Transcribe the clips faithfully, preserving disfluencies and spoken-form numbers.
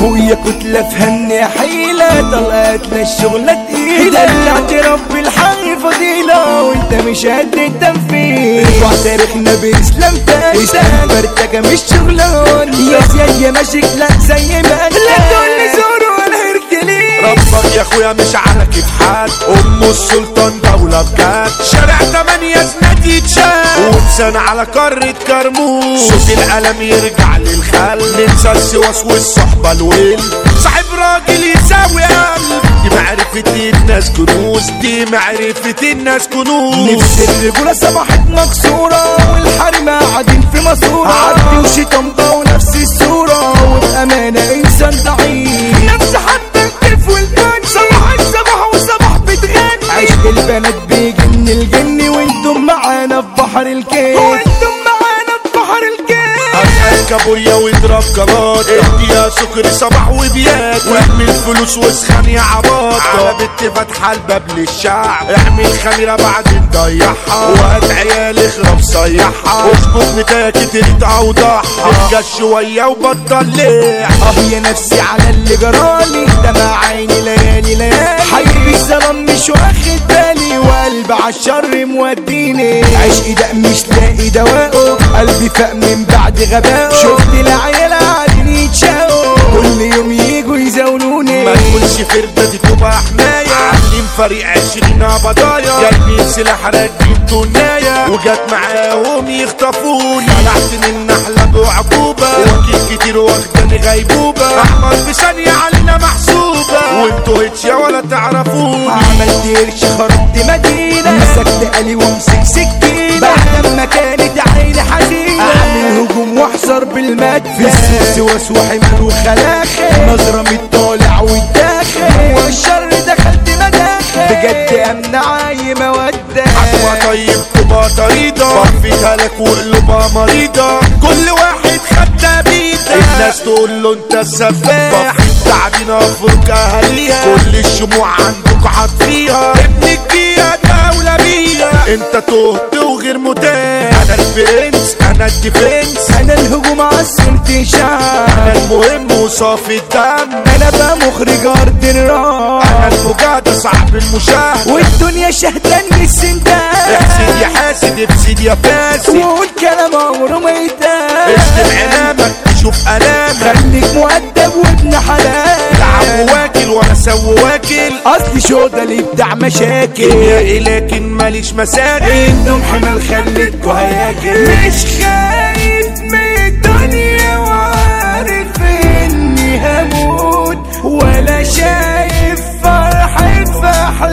اخويا كتلة فهني حيلة طلعت للشغلة تقيلة الاعتراف بالحق فضيلة وانت مش قد التنفيذ رفع تاريخنا باسلام فاسلام برتكة مش شغلان يا زي ما شكلك زي ما انت لا تقول لي زور ولا هركلين ربك يا اخويا مش على كيف حد ام السلطان دولة بجد شارع تمانية زناتي تشاد وانسان على قارة كرموز صوت القلم يرجع للخل ننسى السواس والصحبة الويل صاحب راجل يساوي قلب دي معرفة الناس كنوز دي معرفة الناس كنوز نفس الرجولة صبحت مكسورة والحريم قاعدين في ماسورة عدي وشيطنطة ونفس الصورة وبأمانة إنسان ضعيف نفس حتى الكيف والجن صباح الصباح وصباح بتغني عشق البنات بيجن الجن وانتم معانا في بحر الكيف وانتم معانا في بحر الكيف كابوريا واضرب كباط ادي يا سكر صباح وبيات واعمل فلوس واسخن يا عباط على بنت فاتحه الباب للشعب اعمل خميره بعدين ضيعها وهات عيال اخرب صيحها اظبط نتاكي تريد اوضحها ارجع شويه وبطل ليه اه يا نفسي على اللي جرالي دمع عيني ليالي ليالي حبيبي الظلام مش واخد بالي وقلبي عالشر موديني عشقي ده مش لاقي دواءه قلبي فاق من بعد غباء شفت العيال قاعدين يتشاقوا كل يوم يجوا يزاولوني ما تقولش فردة دي تبقى حماية عاملين فريق عشرين بضايا جايبين سلاح راكبين تناية وجات معاهم يخطفوني طلعت من نحلة بعقوبة واكيد كتير واخداني غيبوبة احمر في ثانية علينا محسوبة وانتوا هتشيا ولا تعرفوني عملت قرش خربت مدينة مسكت قلي وامسك سكينة بعد ما كانت عيني حزينة اعمل هجوم واحصر بالمدفع في السوس وسوى حمل وخلاخل نظرة من الطالع والداخل والشر دخلت مداخل بجد امنع اي مودة حكوة طيب تبقى طريدة بفيتها لك وقلوبها مريضة كل واحد خد بيدة الناس تقول له انت السفاح تعبين افرك اهاليها كل الشموع عندك حاطفيها ابنك بيها دولة بيها انت تهت وغير متاح انا البرنس انا الديفنس انا الهجوم عالسلطة شعب انا المهم وصافي الدم انا بقى مخرج ارض الراب انا المجاهدة صاحب المشاهد والدنيا شهداني السندان احسد يا حاسد افسد يا فاسد وقول كلام عمره ما يتقال اسلم عنامك تشوف الامك خليك مؤدب وابن حلال لعب واكل وانا سوي واكل اصلي شوده اللي بتاع مشاكل يا لكن ماليش مساكن انتم حمل خليتكوا هياكل مش خايف من الدنيا وعارف اني هموت ولا شايف فرحة في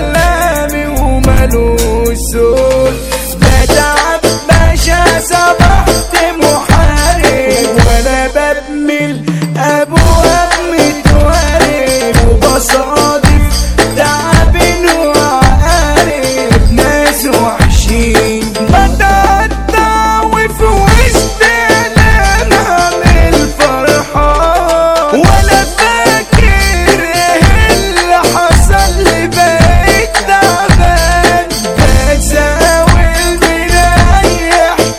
احلامي ومالوش صوت بتعب باشا صبحت محارب وانا ببمل ابواب متوارب وبصادف تعبين وعقارب ناس وحشين بتقطع وفي وسط الامها من الفرحة ولا فاكر ايه اللي حصل لي بقيت تعبان بزاول من اي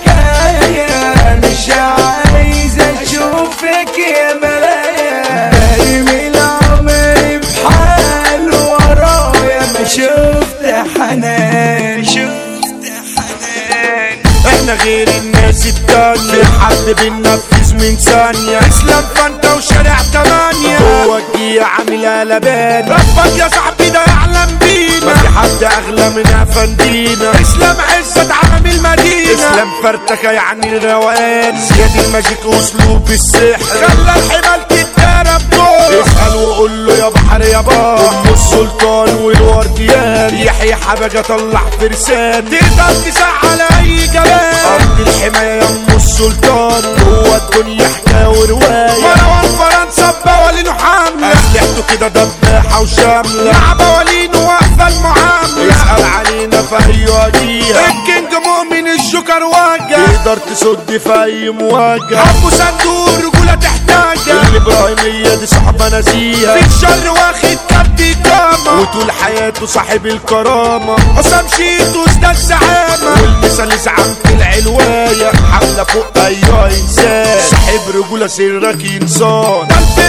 حكاية مش عايز اشوفك يا ملايا برمي العمر بحال ورايا ما شفت حنان شفت حنان احنا غير الناس التانية حد بننفذ من ثانية اسلام فانتا وشارع تمانية هو الجيع عامل قلبان ربك يا صاحبي ده يعلم بينا ما في حد اغلى من افندينا اسلام عزت عالم المدينة اسلام فرتكة يعني الروقان زياد الماجيك اسلوب السحر خلى الحمال تتدرب دور اسأل وقول له يا بحر يا بحر ام السلطان والورديان يحيى حبجة طلع فرسان تقدر تزعل اي جبان ارض الحماية يا ام السلطان هو الدنيا حكاية ورواية مروان فرنسا بوالينه حاملة اسلحته كده دباحة وشاملة مع بوالينه واقفة المعاملة اسأل علينا فهي وجيها الكينج مؤمن الجوكر واجه تقدر تصد في اي مواجهة ابو صندوق رجولة تحتاجها الابراهيمية دي صاحبة نزيهة في الشر واخد كبدي كامة وطول حياته صاحب الكرامة حسام شيتو ازداد زعامة والمثال زعامة العلواية حملة فوق اي انسان صاحب رجولة سرك انسان ده الفروة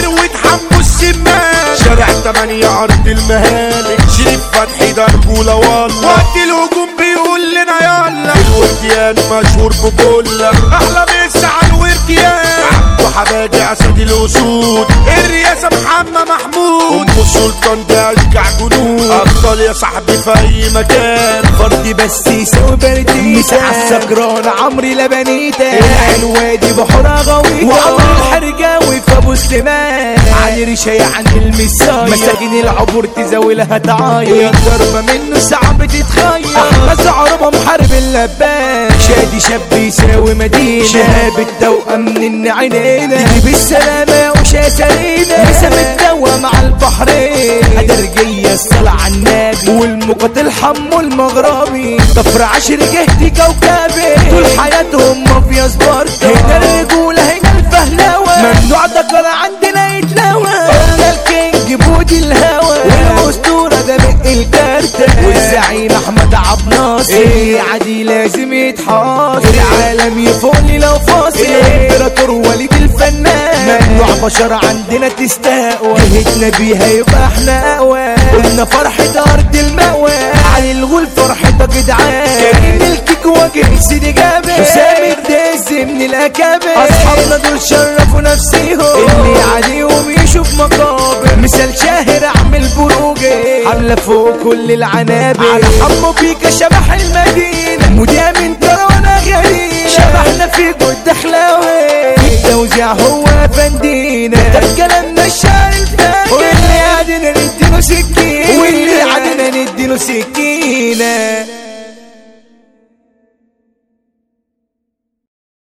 حمو السمان شارع تمانية ارض المهالك شريف فتحي ده رجولة والله وقت الهجوم بيقول لنا يلا الورديان مشهور بكل احلى مسا على الورديان عبده حباجي اسد الاسود الرئاسة محمد محمود ام السلطان ده اشجع جنود افضل يا صاحبي في اي مكان فردي بس يسوي برديتا مساحة السكران عمري لبنيتا العين وادي بحورها غويطة وعمري الحرجاوي في ابو سليمان علي ريشة عن المسايا مساكين العبور تزاولها تعايا ضربة منه صعب تتخيل احمد عربة محارب اللبان شادي شاب يساوي مدينة شهاب التوأم من عينينا تيجي بالسلامة يا وشا سلينا مسام التوأ مع البحرين هدرجية الصلاة على النبي والمقاتل حمو المغربي طفر عشر جهتي كوكبي طول حياتهم مافيا سبارتا هنا الرجولة هنا الفهلوة ممنوع ذكر عندنا يتلوى قلنا الكينج بودي الهوى والاسطورة ده بق الكارتة والزعيم احمد عبد ناصر ايه عادي لازم يتحاصر العالم يفوقني لو فاصل الامبراطور وليد الفنان ممنوع بشر عندنا تستقوى جهتنا بيها يبقى احنا اقوى قلنا فرحة ارض المأوى علي الغول فرحتك جدعان كريم الكيك واجه سيدي جابر حسام الدز من الاكابر اصحابنا دول شرفوا نفسيهم اللي عليهم يشوف مقابر مثال شاهر اعمل بروجي حملة فوق كل العنابر على حمو بيكا شبح المدينة مذيع من ترانا غريب شبحنا في جد حلاوي التوزيع هو فندينا ده كلامنا الشعر الفاكر واللي عادنا نديله سكينة واللي عادنا نديله سكينة